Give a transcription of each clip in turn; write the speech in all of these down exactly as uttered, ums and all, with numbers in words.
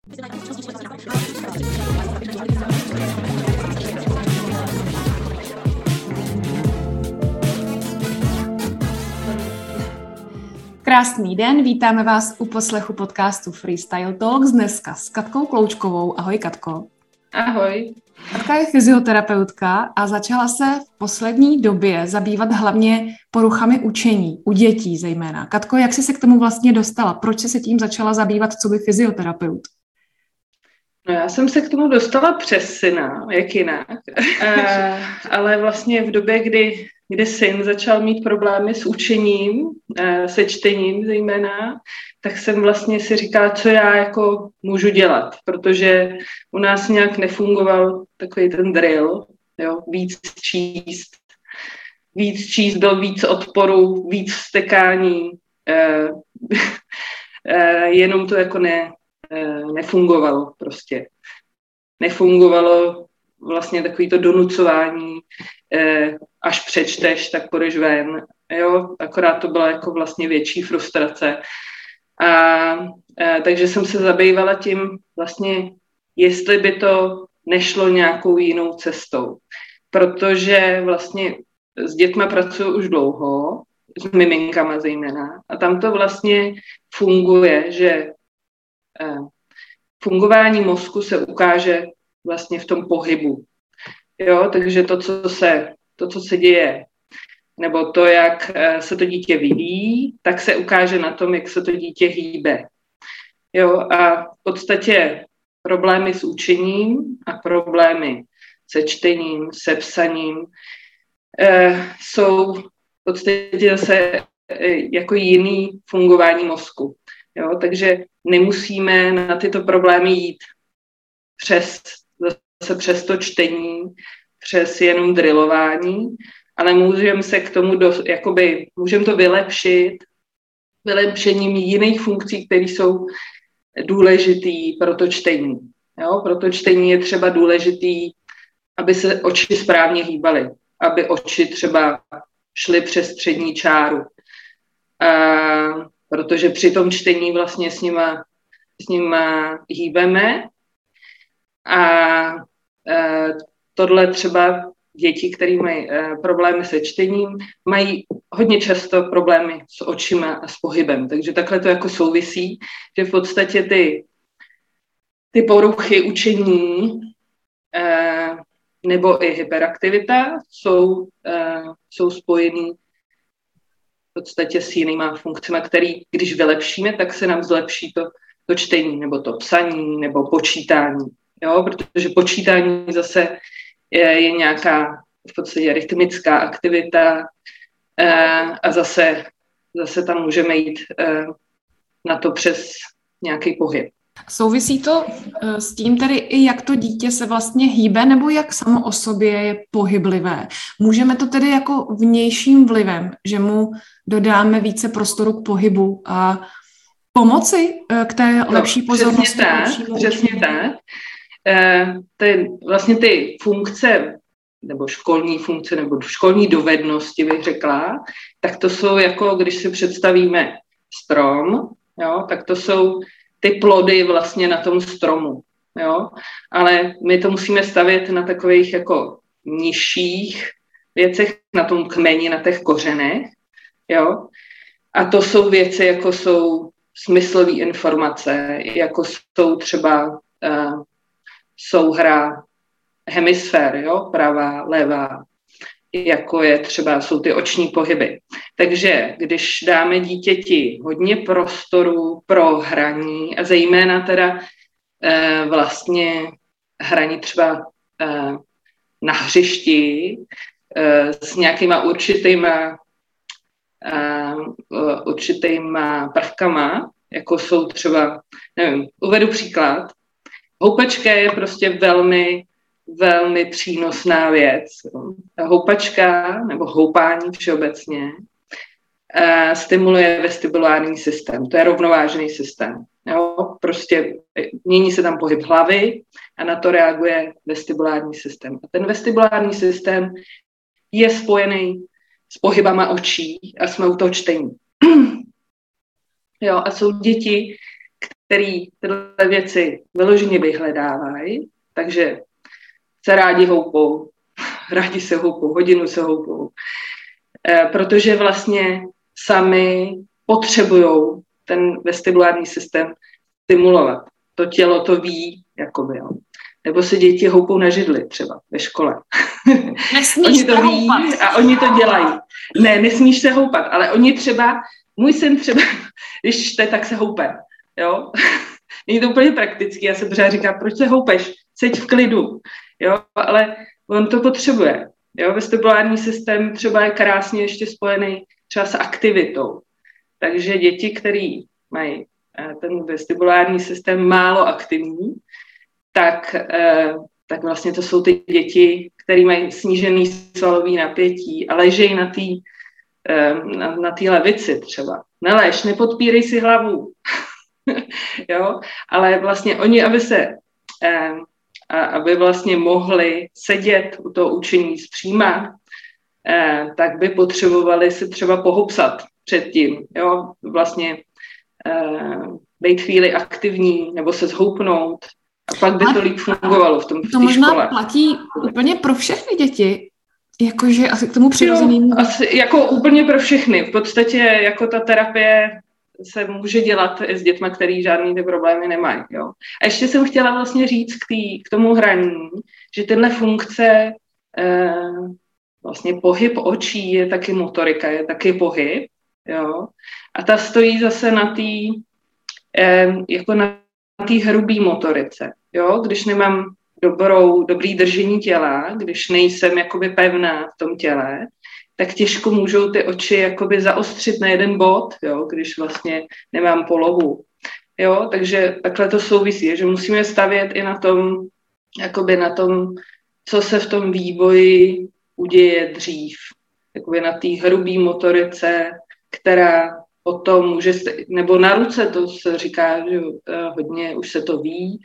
Krásný den, vítáme vás u poslechu podcastu Freestyle Talks dneska s Katkou Kloučkovou. Ahoj, Katko. Ahoj. Katka je fyzioterapeutka a začala se v poslední době zabývat hlavně poruchami učení, u dětí zejména. Katko, jak jsi se k tomu vlastně dostala? Proč jsi se tím začala zabývat coby fyzioterapeut? No, já jsem se k tomu dostala přes syna, jak jinak. uh, ale vlastně v době, kdy, kdy syn začal mít problémy s učením, uh, se čtením zejména, tak jsem vlastně si říkala, co já jako můžu dělat, protože u nás nějak nefungoval takový ten drill, jo, víc číst, víc číst, byl víc odporu, víc vztekání, uh, uh, jenom to jako ne, uh, nefungovalo prostě. Nefungovalo vlastně takový to donucování, uh, až přečteš, tak půjdeš ven, jo, akorát to byla jako vlastně větší frustrace. A, a takže jsem se zabývala tím vlastně, jestli by to nešlo nějakou jinou cestou. Protože vlastně s dětma pracuji už dlouho, s miminkama zejména, a tam to vlastně funguje, že fungování mozku se ukáže vlastně v tom pohybu. Jo, takže to, co se, to, co se děje, nebo to, jak se to dítě vyvíjí, tak se ukáže na tom, jak se to dítě hýbe. Jo, a v podstatě problémy s učením a problémy se čtením, se psaním eh, jsou v podstatě zase eh, jako jiný fungování mozku. Jo, takže nemusíme na tyto problémy jít přes, zase přes to čtení, přes jenom drillování, ale můžeme se k tomu, do, jakoby, můžeme to vylepšit vylepšením jiných funkcí, které jsou důležitý pro to čtení. Jo? Pro to čtení je třeba důležitý, aby se oči správně hýbaly, aby oči třeba šly přes střední čáru. A, protože při tom čtení vlastně s nima, s nima hýbeme a, a tohle třeba děti, které mají uh, problémy se čtením, mají hodně často problémy s očima a s pohybem. Takže takhle to jako souvisí, že v podstatě ty, ty poruchy učení uh, nebo i hyperaktivita jsou, uh, jsou spojený v podstatě s jinýma funkcemi, které když vylepšíme, tak se nám zlepší to, to čtení, nebo to psaní, nebo počítání. Jo? Protože počítání zase Je, je nějaká v podstatě rytmická aktivita eh, a zase, zase tam můžeme jít eh, na to přes nějaký pohyb. Souvisí to eh, s tím tedy i, jak to dítě se vlastně hýbe, nebo jak samo o sobě je pohyblivé? Můžeme to tedy jako vnějším vlivem, že mu dodáme více prostoru k pohybu a pomoci eh, k té no, lepší pozornosti? Přesně tak, přesně tak. Ty, vlastně ty funkce, nebo školní funkce, nebo školní dovednosti, bych řekla, tak to jsou jako, když si představíme strom, jo, tak to jsou ty plody vlastně na tom stromu, jo, ale my to musíme stavět na takových jako nižších věcech, na tom kmeni, na těch kořenech, jo, a to jsou věci, jako jsou smyslové informace, jako jsou třeba uh, souhra hemisfér, jo, pravá, levá, jako je třeba, jsou ty oční pohyby. Takže když dáme dítěti hodně prostoru pro hraní a zejména teda eh, vlastně hraní třeba eh, na hřišti eh, s nějakýma určitýma, eh, určitýma prvkama, jako jsou třeba, nevím, uvedu příklad. Houpačka je prostě velmi, velmi přínosná věc. Houpačka nebo houpání všeobecně uh, stimuluje vestibulární systém. To je rovnovážný systém. Jo? Prostě mění se tam pohyb hlavy a na to reaguje vestibulární systém. A ten vestibulární systém je spojený s pohybama očí a jsme u toho čtení. Jo, a jsou děti, který tyhle věci vyloženě vyhledávají, takže se rádi houpou, rádi se houpou, hodinu se houpou, e, protože vlastně sami potřebují ten vestibulární systém stimulovat. To tělo to ví, jakoby, jo. Nebo se děti houpou na židli třeba ve škole. Oni to ví houpat. A oni to dělají. Ne, nesmíš se houpat, ale oni třeba, můj syn třeba, když čte, tak se houpe. Jo? Není to úplně praktický, já se pořád říkám, proč se houpeš, seď v klidu. Jo? Ale on to potřebuje. Jo? Vestibulární systém třeba je krásně ještě spojený třeba s aktivitou. Takže děti, které mají ten vestibulární systém málo aktivní, tak, tak vlastně to jsou ty děti, které mají snížený svalový napětí a ležejí na té na, na té levici třeba. Nelež, nepodpírej si hlavu. Jo? Ale vlastně oni, aby se aby vlastně mohli sedět u toho učení zpříma, tak by potřebovali se třeba pohopsat předtím. Jo? Vlastně být chvíli aktivní nebo se zhoupnout a pak by to líp fungovalo v tom v To možná škole. Platí úplně pro všechny děti, jakože asi k tomu přirozenému. Asi jako úplně pro všechny. V podstatě jako ta terapie se může dělat s dětmi, který žádný ty problémy nemají. Jo? A ještě jsem chtěla vlastně říct k, tý, k tomu hraní, že tyhle funkce, eh, vlastně pohyb očí je taky motorika, je taky pohyb. Jo? A ta stojí zase na té eh, jako na té hrubé motorice. Jo? Když nemám dobrou, dobrý držení těla, když nejsem jakoby pevná v tom těle, tak těžko můžou ty oči jakoby zaostřit na jeden bod, jo? Když vlastně nemám polohu. Jo? Takže takhle to souvisí, že musíme stavět i na tom, jakoby na tom, co se v tom vývoji uděje dřív. Jakoby na té hrubé motorice, která potom může, nebo na ruce, to se říká, že hodně už se to ví,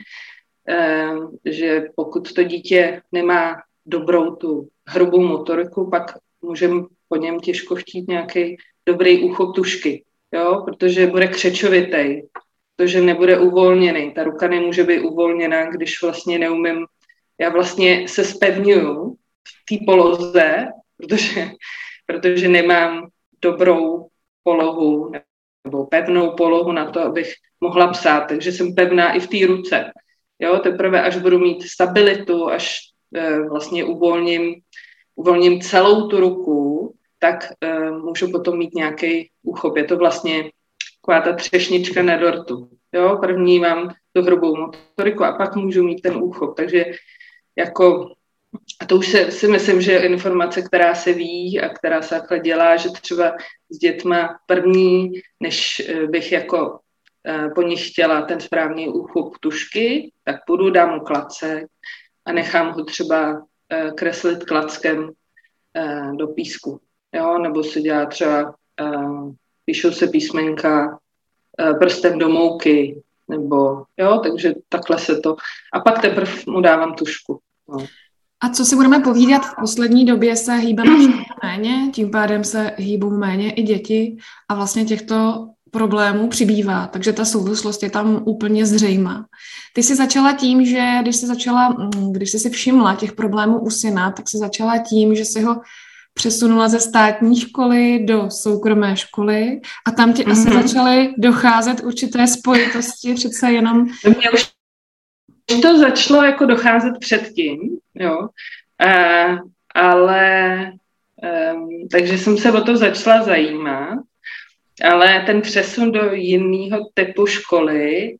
že pokud to dítě nemá dobrou tu hrubou motoriku, pak můžeme po něm těžko chtít nějaký dobrý úchop tužky, jo? Protože bude křečovitej, protože nebude uvolněný. Ta ruka nemůže být uvolněná, když vlastně neumím, já vlastně se zpevňuju v té poloze, protože, protože nemám dobrou polohu nebo pevnou polohu na to, abych mohla psát, takže jsem pevná i v té ruce. Jo, teprve až budu mít stabilitu, až e, vlastně uvolním, uvolním celou tu ruku, tak e, můžu potom mít nějaký úchop. Je to vlastně taková ta třešnička na dortu. Jo, první mám tu hrubou motoriku a pak můžu mít ten úchop. Takže jako, a to už se, si myslím, že je informace, která se ví a která se takhle dělá, že třeba s dětma první, než bych jako po nich chtěla ten správný úchop tužky, tak půjdu, dám mu klacek a nechám ho třeba kreslit klackem do písku. Jo? Nebo se dělá třeba, píšou se písmenka prstem do mouky, nebo jo, takže takhle se to. A pak teprve mu dávám tužku. No. A co si budeme povídat, v poslední době se hýbeme méně, tím pádem se hýbou méně i děti a vlastně těchto problémů přibývá, takže ta souvislost je tam úplně zřejmá. Ty jsi začala tím, že když jsi začala, když jsi si všimla těch problémů u syna, tak jsi začala tím, že jsi ho přesunula ze státní školy do soukromé školy a tam ti mm-hmm. asi začaly docházet určité spojitosti, přece jenom... Mě už to začalo jako docházet předtím, jo, uh, ale um, takže jsem se o to začala zajímat. Ale ten přesun do jiného typu školy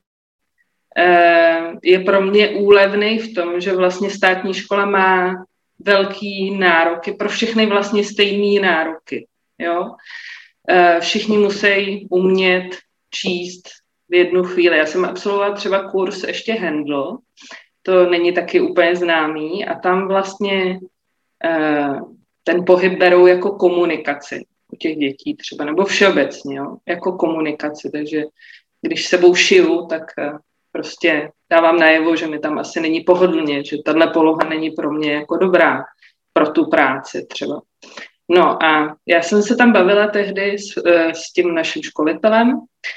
je pro mě úlevný v tom, že vlastně státní škola má velký nároky, pro všechny vlastně stejný nároky. Jo? Všichni musí umět číst v jednu chvíli. Já jsem absolvovala třeba kurz ještě Handle, to není taky úplně známý a tam vlastně ten pohyb berou jako komunikaci u těch dětí třeba, nebo všeobecně, jo, jako komunikaci, takže když sebou šiju, tak prostě dávám najevo, že mi tam asi není pohodlně, že tahle poloha není pro mě jako dobrá pro tu práci třeba. No a já jsem se tam bavila tehdy s, s tím naším školitelem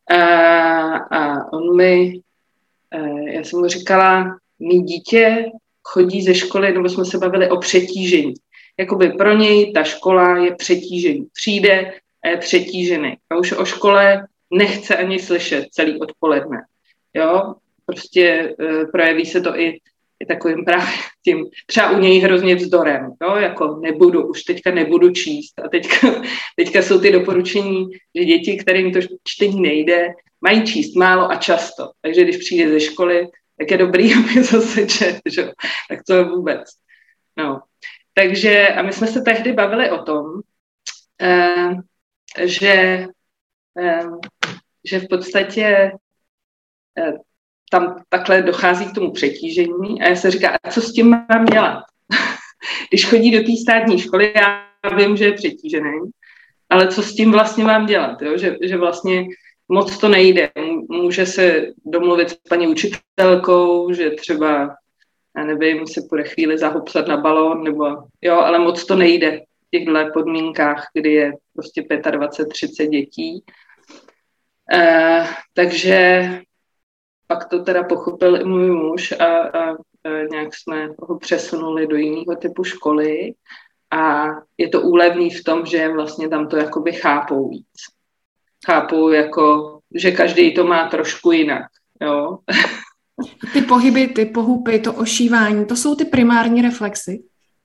A, a on mi, já jsem mu říkala, mý dítě chodí ze školy, nebo jsme se bavili o přetížení. Jakoby pro něj ta škola je přetížení. Přijde a je přetížený. A už o škole nechce ani slyšet celý odpoledne. Jo, prostě uh, projeví se to i, i takovým právě tím, třeba u něj hrozně vzdorem, jo, jako nebudu, už teďka nebudu číst. A teďka, teďka jsou ty doporučení, že děti, kterým to čtení nejde, mají číst málo a často. Takže když přijde ze školy, tak je dobrý, aby zase čet, že? Tak to je vůbec. No. Takže, a my jsme se tehdy bavili o tom, eh, že, eh, že v podstatě eh, tam takhle dochází k tomu přetížení a já se říkám, a co s tím mám dělat? Když chodí do té státní školy, já vím, že je přetížený, ale co s tím vlastně mám dělat? Jo? Že, že vlastně moc to nejde. Může se domluvit s paní učitelkou, že třeba, já nevím, se bude chvíli zahopsat na balón, nebo jo, ale moc to nejde v těchto podmínkách, kdy je prostě dvacet pět třicet dětí. Eh, takže pak to teda pochopil i můj muž a, a, a nějak jsme ho přesunuli do jiného typu školy a je to úlevný v tom, že vlastně tam to jakoby chápou víc. Chápou jako, že každý to má trošku jinak, jo. Ty pohyby, ty pohupy, to ošívání, to jsou ty primární reflexy?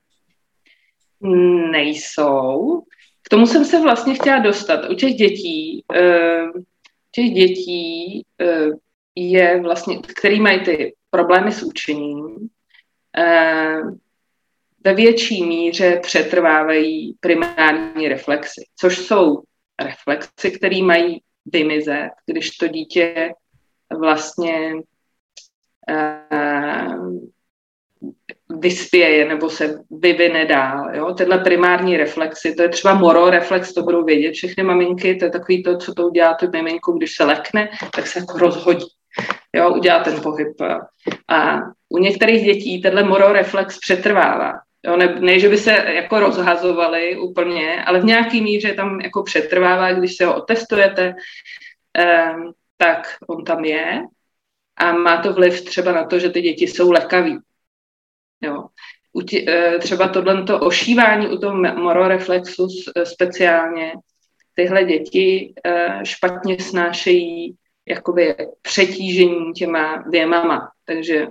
Nejsou. K tomu jsem se vlastně chtěla dostat. U těch dětí, uh, těch dětí uh, je vlastně, který mají ty problémy s učením, uh, ve větší míře přetrvávají primární reflexy, což jsou reflexy, které mají vymizet, když to dítě vlastně uh, vyspěje nebo se vyvine dál. Jo? Tyhle primární reflexy, to je třeba mororeflex, to budou vědět všechny maminky, to je takový to, co to udělá tu miminku, když se lekne, tak se jako rozhodí. Jo? Udělá ten pohyb. Jo? A u některých dětí tenhle mororeflex přetrvává. Jo? Ne, ne, že by se jako rozhazovali úplně, ale v nějaký míře tam jako přetrvává, když se ho otestujete, eh, tak on tam je a má to vliv třeba na to, že ty děti jsou lekaví. Jo. Tě, třeba tohle ošívání u toho mororeflexu speciálně, tyhle děti špatně snášejí jakoby přetížení těma věmama. Takže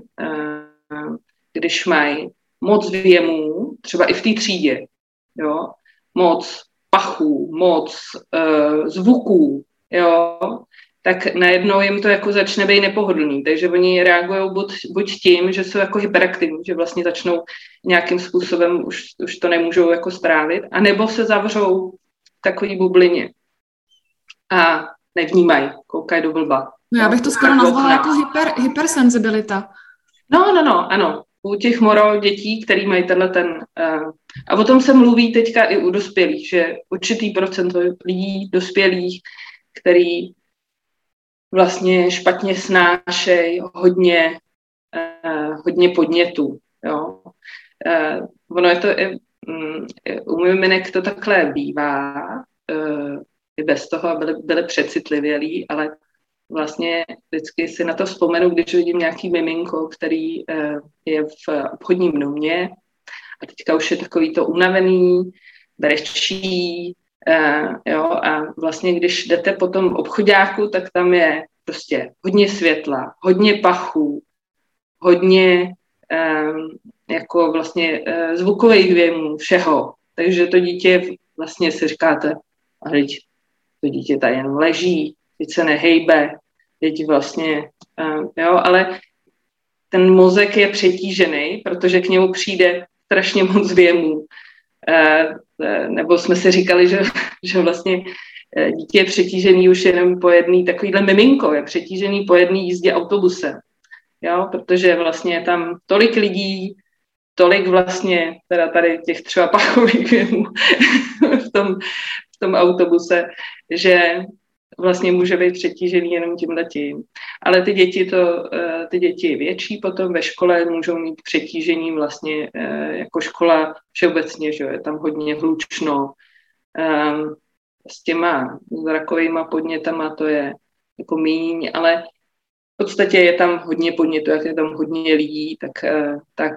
když mají moc věmů, třeba i v té třídě, jo, moc pachů, moc uh, zvuků, jo, tak najednou jim to jako začne být nepohodlný. Takže oni reagují buď, buď tím, že jsou jako hyperaktivní, že vlastně začnou nějakým způsobem, už, už to nemůžou jako strávit, anebo se zavřou v takový bublině a nevnímají, koukají do blba. No já bych to skoro nazvala jako hyper, hypersenzibilita. No, no, no, ano. U těch moro dětí, který mají tenhle ten... Uh, a o tom se mluví teďka i u dospělých, že určitý procent lidí dospělých, který vlastně špatně snášej hodně, uh, hodně podnětů. Jo. Uh, ono je to, um, u miminek to takhle bývá, uh, i bez toho, aby byly, byly přecitlivělí, ale vlastně vždycky si na to vzpomenu, když vidím nějaký miminko, který uh, je v obchodním domě a teďka už je takový to unavený, brečí, uh, jo, a vlastně když jdete po tom obchodáku, tak tam je prostě hodně světla, hodně pachů, hodně um, jako vlastně uh, zvukových věmů, všeho. Takže to dítě vlastně si říkáte, a teď to dítě tady jen leží, teď se nehejbe, teď vlastně, uh, jo, ale ten mozek je přetížený, protože k němu přijde strašně moc věmů. Uh, uh, nebo jsme si říkali, že, že vlastně uh, dítě je přetížený už jenom po jedný, takovýhle miminko je přetížený po jedný jízdě autobusem. Jo, protože vlastně je tam tolik lidí, tolik vlastně, teda tady těch třeba pachových věmů v tom, v tom autobuse, že vlastně může být přetížený jenom tímhletím. Ale ty děti, to, ty děti větší potom ve škole můžou mít přetížení vlastně jako škola všeobecně, že je tam hodně hlučno. S těma zrakovýma podnětama to je jako míň, ale v podstatě je tam hodně podnětů, jak je tam hodně lidí, tak, tak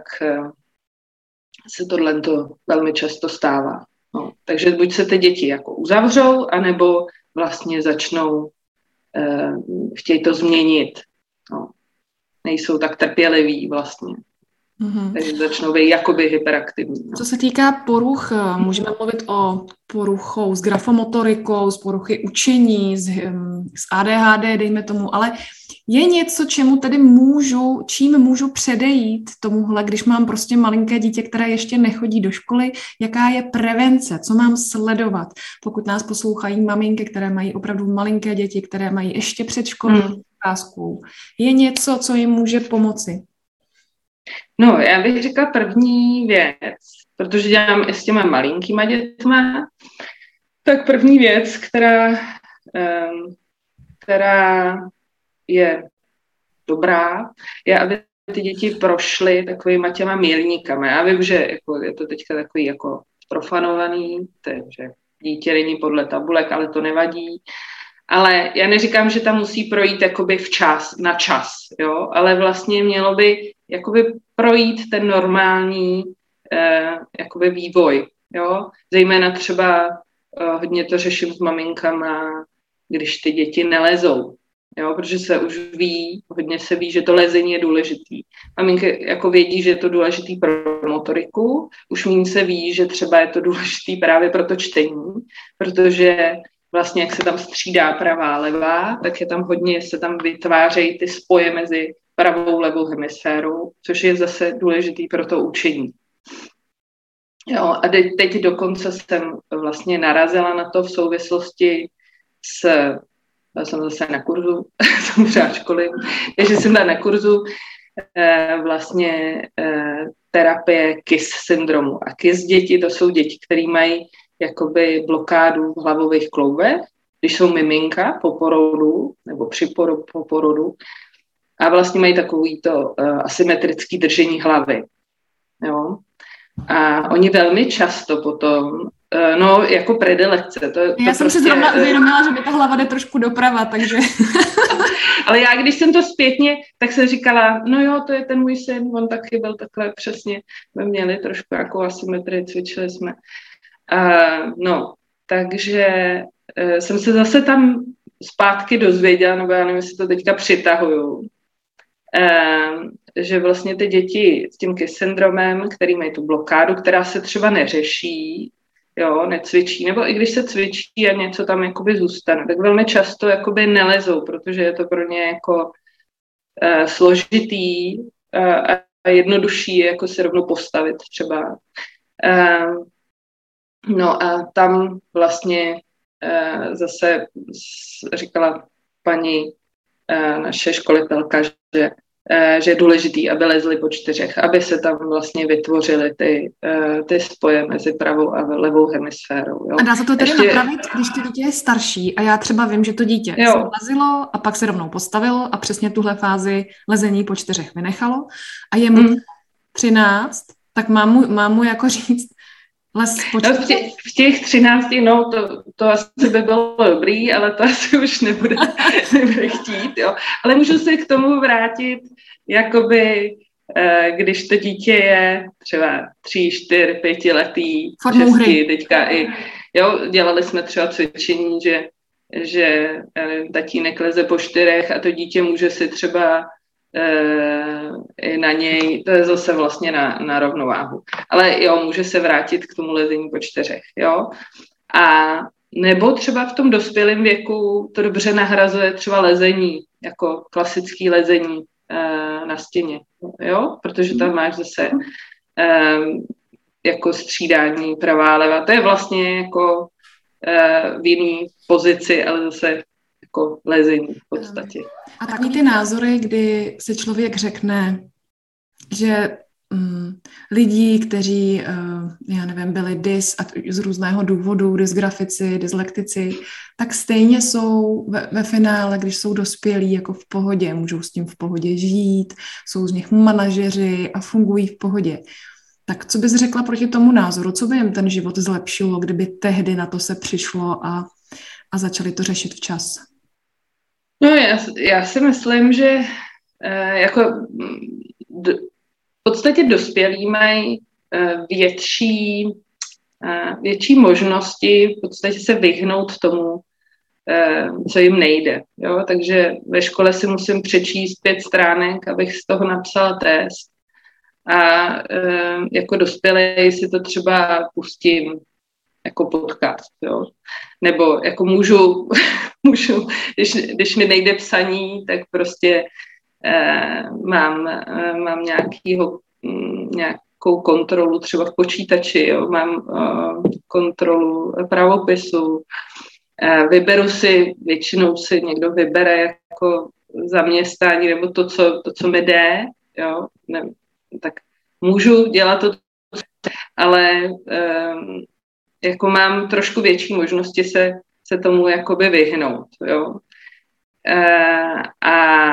se tohle to velmi často stává. No, takže buď se ty děti jako uzavřou, anebo vlastně začnou, eh, chtějí to změnit. No, nejsou tak trpěliví vlastně. Mm-hmm. Takže začnou být jakoby hyperaktivní. No. Co se týká poruch, můžeme mluvit o poruchou s grafomotorikou, s poruchy učení, s, s A D H D, dejme tomu, ale je něco, čemu tedy můžu, čím můžu předejít tomuhle, když mám prostě malinké dítě, které ještě nechodí do školy, jaká je prevence, co mám sledovat, pokud nás poslouchají maminky, které mají opravdu malinké děti, které mají ještě předškolní otázku. Je něco, co jim může pomoci? No, já bych řekla první věc, protože dělám i s těma malinkýma dětma, tak první věc, která, um, která je dobrá, je, aby ty děti prošly takovýma těma milníkama. Já vím, že jako, je to teďka takový jako profanovaný, takže dítě není podle tabulek, ale to nevadí. Ale já neříkám, že tam musí projít jakoby včas, na čas, jo, ale vlastně mělo by jakoby projít ten normální eh, jakoby vývoj, jo, zejména třeba eh, hodně to řeším s maminkama, když ty děti nelezou, jo, protože se už ví, hodně se ví, že to lezení je důležitý. Maminky jako vědí, že je to důležitý pro motoriku, už méně se ví, že třeba je to důležitý právě pro to čtení, protože vlastně jak se tam střídá pravá, levá, tak je tam hodně, se tam vytvářejí ty spoje mezi pravou, levou hemisférou, což je zase důležitý pro to učení. Jo, a teď dokonce jsem vlastně narazila na to v souvislosti s, já jsem zase na kurzu, jsem pořád školy, takže jsem byla na kurzu eh, vlastně eh, terapie K I S syndromu. A K I S děti, to jsou děti, které mají jakoby blokádu v hlavových kloubech, když jsou miminka po porodu, nebo při porodu, po porodu, a vlastně mají takovýto uh, asymetrické držení hlavy. Jo? A oni velmi často potom, uh, no jako predilekce. To, to já prostě, jsem si zrovna uvědomila, že mi ta hlava jde trošku doprava, takže... Ale já, když jsem to zpětně, tak jsem říkala, no jo, to je ten můj syn, on taky byl takhle přesně, my měli trošku jako asymetrii, cvičili jsme. Uh, no, takže uh, jsem se zase tam zpátky dozvěděla, nebo já nevím, jestli to teďka přitahuju, uh, že vlastně ty děti s tím K I S syndromem, který mají tu blokádu, která se třeba neřeší, jo, necvičí, nebo i když se cvičí a něco tam jakoby zůstane, tak velmi často jakoby nelezou, protože je to pro ně jako uh, složitý uh, a jednodušší jako se rovnou postavit třeba. Uh, No a tam vlastně uh, zase říkala paní uh, naše školitelka, že, uh, že je důležitý, aby lezli po čtyřech, aby se tam vlastně vytvořily ty, uh, ty spoje mezi pravou a levou hemisférou. Jo. A dá se to tedy Ještě... napravit, když to dítě je starší a já třeba vím, že to dítě jo. se lezilo a pak se rovnou postavilo a přesně tuhle fázi lezení po čtyřech vynechalo a je mu mm. třináct, tak mám mu, mám mu jako říct, No, v, těch, v těch třinácti, no, to, to asi by bylo dobrý, ale to asi už nebude, nebude chtít, jo. Ale můžu se k tomu vrátit, jakoby, eh, když to dítě je třeba tři, čtyři, pětiletý, šesti, teďka i, jo, dělali jsme třeba cvičení, že, že eh, tatínek leze po čtyřech a to dítě může si třeba i na něj, to je zase vlastně na, na rovnováhu. Ale jo, může se vrátit k tomu lezení po čtyřech, jo. A nebo třeba v tom dospělém věku to dobře nahrazuje třeba lezení, jako klasický lezení uh, na stěně, jo, protože tam máš zase um, jako střídání pravá, levá. To je vlastně jako uh, v jiný pozici, ale zase jako lezení v podstatě. A takový ty názory, kdy si člověk řekne, že um, lidí, kteří, uh, já nevím, byli dys a z různého důvodu, dysgrafici, dyslektici, tak stejně jsou ve, ve finále, když jsou dospělí, jako v pohodě, můžou s tím v pohodě žít, jsou z nich manažeři a fungují v pohodě. Tak co bys řekla proti tomu názoru? Co by jim ten život zlepšilo, kdyby tehdy na to se přišlo a, a začali to řešit včas? No já, já si myslím, že uh, jako d- v podstatě dospělí mají uh, větší, uh, větší možnosti v podstatě se vyhnout tomu, uh, co jim nejde. Jo? Takže ve škole si musím přečíst pět stránek, abych z toho napsala test. A uh, jako dospělý si to třeba pustím jako podcast, jo. Nebo jako můžu, můžu když, když mi nejde psaní, tak prostě eh, mám, eh, mám nějakýho, m, nějakou kontrolu třeba v počítači, jo. Mám eh, kontrolu pravopisu, eh, vyberu si, většinou si někdo vybere jako zaměstnání nebo to, co, to, co mi jde, jo. Ne, tak můžu dělat to, ale eh, jako mám trošku větší možnosti se, se tomu jakoby vyhnout, jo. E, a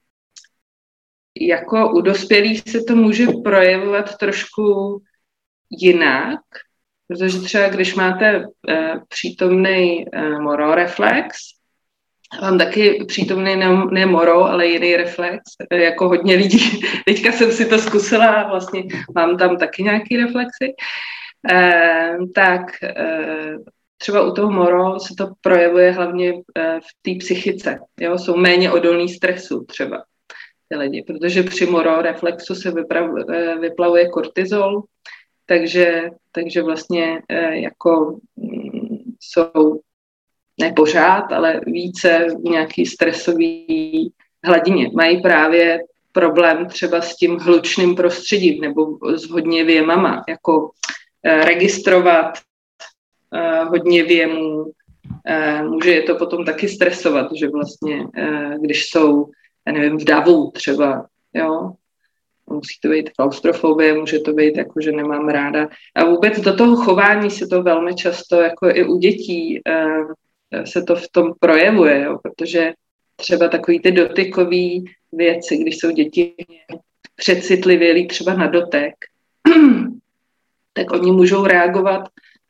jako u dospělých se to může projevovat trošku jinak, protože třeba když máte e, přítomný e, mororeflex, mám taky přítomný ne, ne moro, ale jiný reflex, e, jako hodně lidí. Teďka jsem si to zkusila a vlastně mám tam taky nějaký reflexy. Eh, tak eh, třeba u toho moro se to projevuje hlavně eh, v té psychice. Jo? Jsou méně odolní stresu třeba ty lidi, protože při moro reflexu se vyprav, eh, vyplavuje kortizol, takže, takže vlastně eh, jako mm, jsou ne pořád, ale více v nějaký stresový hladině. Mají právě problém třeba s tím hlučným prostředím nebo s hodně věmama, jako registrovat uh, hodně věmů. Uh, může je to potom taky stresovat, že vlastně, uh, když jsou, já nevím, v davu třeba, jo, musí to být klaustrofobie, může to být jako, že nemám ráda. A vůbec do toho chování se to velmi často, jako i u dětí, uh, se to v tom projevuje, jo, protože třeba takový ty dotykové věci, když jsou děti přecitlivělí třeba na dotek, tak oni můžou reagovat.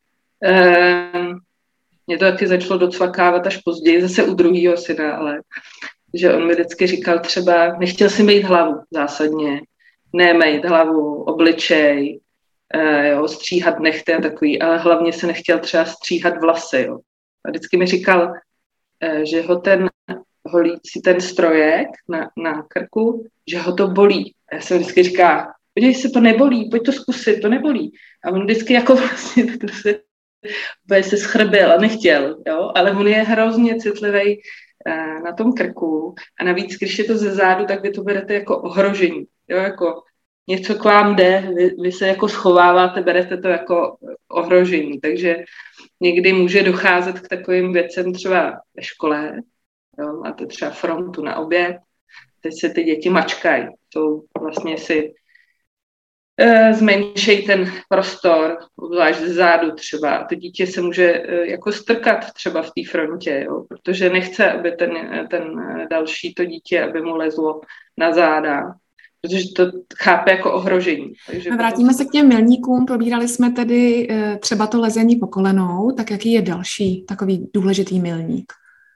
Eh, mě to taky začalo docvakávat až později, zase u druhého syna, ale že on mi vždycky říkal třeba, nechtěl si mít hlavu zásadně, ne mít hlavu, obličej, eh, jo, stříhat nechty a takový, ale hlavně se nechtěl třeba stříhat vlasy. Jo. A vždycky mi říkal, eh, že ho ten holící, ten strojek na, na krku, že ho to bolí. A já jsem vždycky říkala, podívej se, to nebolí, pojď to zkusit, to nebolí. A on vždycky jako vlastně se, se schrbil a nechtěl, jo? Ale on je hrozně citlivý eh, na tom krku a navíc, když je to ze zádu, tak vy to berete jako ohrožení, jo? Jako něco k vám jde, vy, vy se jako schováváte, berete to jako ohrožení, takže někdy může docházet k takovým věcem třeba ve škole, jo? Máte třeba frontu na oběd, teď se ty děti mačkají, jsou vlastně si zmenšej ten prostor, zvlášť ze zádu třeba. To dítě se může jako strkat třeba v té frontě, jo? Protože nechce, aby ten, ten další to dítě, aby mu lezlo na záda, protože to chápe jako ohrožení. Takže vrátíme potom se k těm milníkům, probírali jsme tedy třeba to lezení po kolenou, tak jaký je další takový důležitý milník?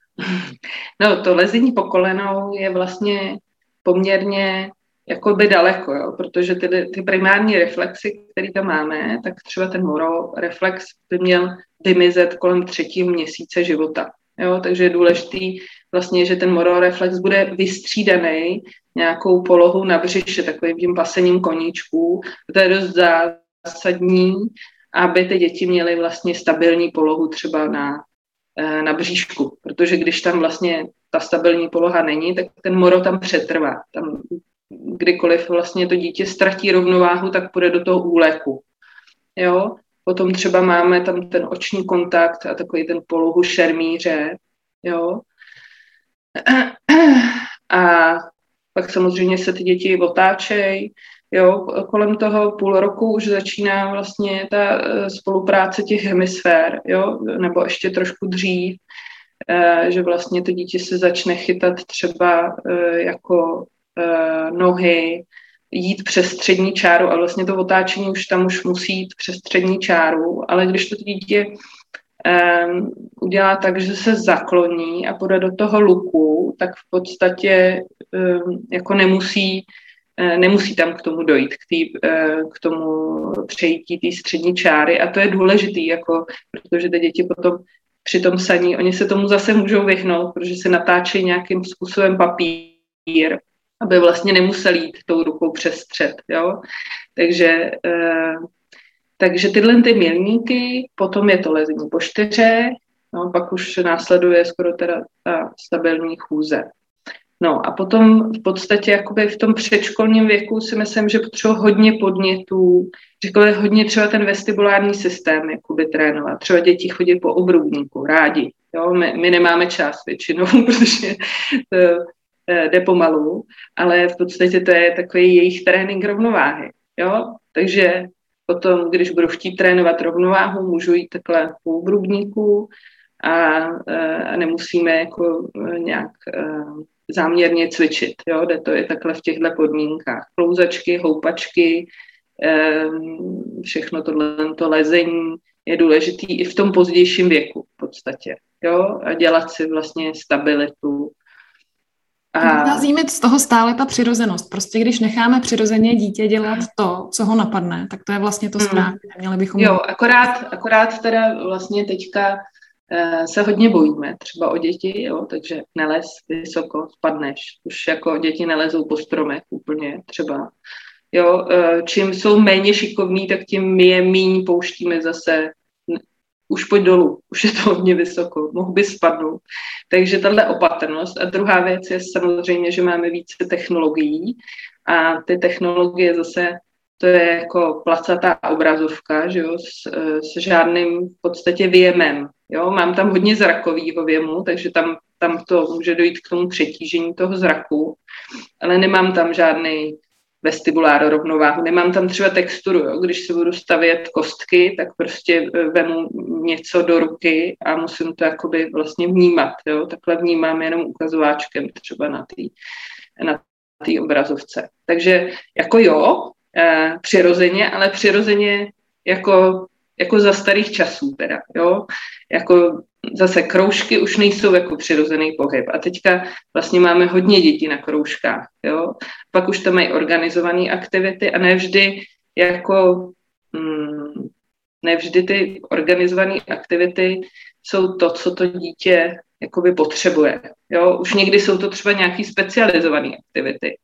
No, to lezení po kolenou je vlastně poměrně jakoby daleko, jo? Protože ty, ty primární reflexy, které tam máme, tak třeba ten moro reflex by měl vymizet kolem třetího měsíce života. Jo? Takže je důležitý vlastně, že ten moro reflex bude vystřídaný nějakou polohou na břiše, takovým tím pasením koníčků. To je dost zásadní, aby ty děti měly vlastně stabilní polohu třeba na, na bříšku, protože když tam vlastně ta stabilní poloha není, tak ten moro tam přetrvá. Tam kdykoliv vlastně to dítě ztratí rovnováhu, tak půjde do toho úleku. Jo? Potom třeba máme tam ten oční kontakt a takový ten polohu šermíře. Jo? A pak samozřejmě se ty děti otáčejí. Jo? Kolem toho půl roku už začíná vlastně ta spolupráce těch hemisfér, jo? Nebo ještě trošku dřív, že vlastně to dítě se začne chytat třeba jako nohy, jít přes střední čáru a vlastně to otáčení už tam už musí jít přes střední čáru, ale když to dítě um, udělá tak, že se zakloní a půjde do toho luku, tak v podstatě um, jako nemusí, uh, nemusí tam k tomu dojít, k, tý, uh, k tomu přejítí té střední čáry a to je důležitý, jako, protože ty děti potom při tom saní, oni se tomu zase můžou vyhnout, protože se natáčejí nějakým způsobem papír, aby vlastně nemuseli jít tou rukou přes střed, jo. Takže, eh, takže tyhle ty milníky, potom je to lezení po čtyře, no, pak už následuje skoro teda ta stabilní chůze. No a potom v podstatě jakoby v tom předškolním věku si myslím, že potřebuji hodně podnětů, řekl hodně třeba ten vestibulární systém jakoby trénovat. Třeba děti chodí po obrubníku, rádi. Jo? My, my nemáme čas většinou, protože to jde pomalu, ale v podstatě to je takový jejich trénink rovnováhy. Jo? Takže potom, když budu chtít trénovat rovnováhu, můžu jít takhle po obrubníku a, a nemusíme jako nějak záměrně cvičit. Jo? Jde to je takhle v těchto podmínkách. Klouzačky, houpačky, všechno tohle to lezení je důležitý i v tom pozdějším věku v podstatě. Jo? A dělat si vlastně stabilitu. A vycházíme z toho stále ta přirozenost. Prostě když necháme přirozeně dítě dělat to, co ho napadne, tak to je vlastně to správně. Měli bychom... Jo, akorát, akorát teda vlastně teďka eh, se hodně bojíme třeba o děti, jo, takže nelez vysoko, spadneš. Už jako děti nelezou po stromech úplně třeba. Jo, eh, čím jsou méně šikovní, tak tím my je míň pouštíme zase. Už pojď dolů, už je to hodně vysoko, mohl by spadnout. Takže tahle opatrnost. A druhá věc je samozřejmě, že máme více technologií a ty technologie zase, to je jako placatá obrazovka, že jo, s, s žádným v podstatě věmem. Jo. Mám tam hodně zrakového věmu, takže tam, tam to může dojít k tomu přetížení toho zraku, ale nemám tam žádný vestibulár rovnováhu. Nemám tam třeba texturu, jo. Když se budu stavět kostky, tak prostě vemu něco do ruky a musím to jakoby vlastně vnímat. Jo. Takhle vnímám jenom ukazováčkem třeba na té na té obrazovce. Takže jako jo, eh, přirozeně, ale přirozeně jako, jako za starých časů teda, jo. Jako zase kroužky už nejsou jako přirozený pohyb. A teďka vlastně máme hodně dětí na kroužkách, jo. Pak už tam mají organizované aktivity a nevždy jako hmm, nevždy ty organizované aktivity jsou to, co to dítě jakoby potřebuje. Jo? Už někdy jsou to třeba nějaké specializované aktivity.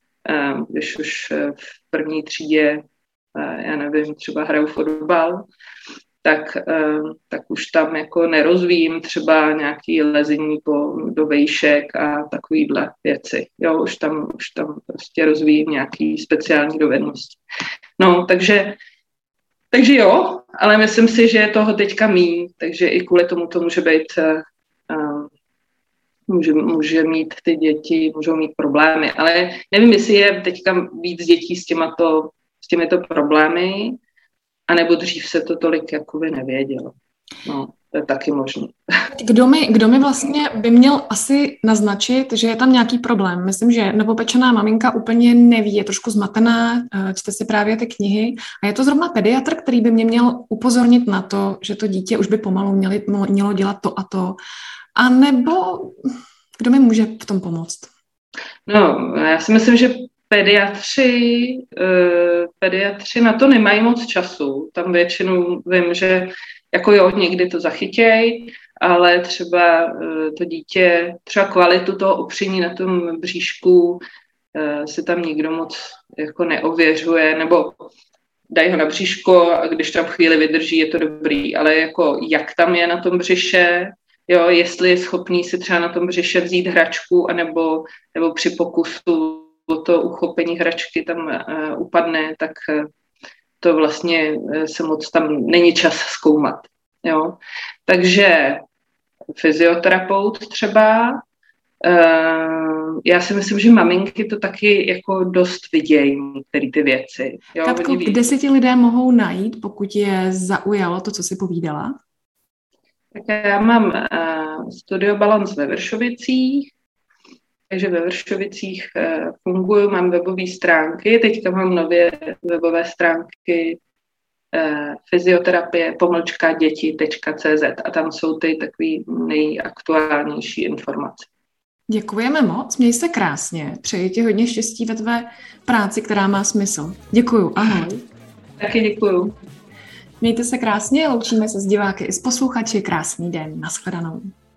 Když už v první třídě, já nevím, třeba hraju fotbal, tak, tak už tam jako nerozvíjím třeba nějaké lezení po, do vejšek a takovýhle věci. Jo? Už tam, už tam prostě rozvíjím nějaké speciální dovednosti. No, takže Takže jo, ale myslím si, že je toho teďka míň, takže i kvůli tomu to může být, uh, může, může mít ty děti, můžou mít problémy, ale nevím, jestli je teďka víc dětí s těmato, s těmito problémy, anebo dřív se to tolik jakoby nevědělo. No, to je taky možné. Kdo mi, kdo mi vlastně by měl asi naznačit, že je tam nějaký problém? Myslím, že novopečená maminka úplně neví, je trošku zmatená, čte si právě ty knihy a je to zrovna pediatr, který by mě měl upozornit na to, že to dítě už by pomalu měli, mělo dělat to a to. A nebo kdo mi může v tom pomoct? No, já si myslím, že pediatři, uh, pediatři na to nemají moc času. Tam většinou vím, že jako jo, někdy to zachytěj, ale třeba uh, to dítě, třeba kvalitu toho opření na tom bříšku uh, si tam nikdo moc jako neověřuje, nebo dají ho na bříško a když tam chvíli vydrží, je to dobrý, ale jako jak tam je na tom břiše, jo, jestli je schopný si třeba na tom břiše vzít hračku, anebo, nebo při pokusu o to uchopení hračky tam uh, upadne, tak uh, to vlastně uh, se moc tam není čas zkoumat. Jo. Takže fyzioterapeut třeba, uh, já si myslím, že maminky to taky jako dost vidějí, některé ty věci. Jo, Katko, kde si ti lidé mohou najít, pokud je zaujalo to, co jsi povídala? Tak já mám uh, Studio Balance ve Vršovicích, takže ve Vršovicích uh, funguju, mám webové stránky, teďka mám nově webové stránky eh, fyzioterapie pomlčka děti tečka cé zet a tam jsou ty takový nejaktuálnější informace. Děkujeme moc, měj se krásně, přeji ti hodně štěstí ve tvé práci, která má smysl. Děkuju, ahoj. Taky děkuju. Mějte se krásně, loučíme se s diváky i s posluchači, krásný den, nashledanou.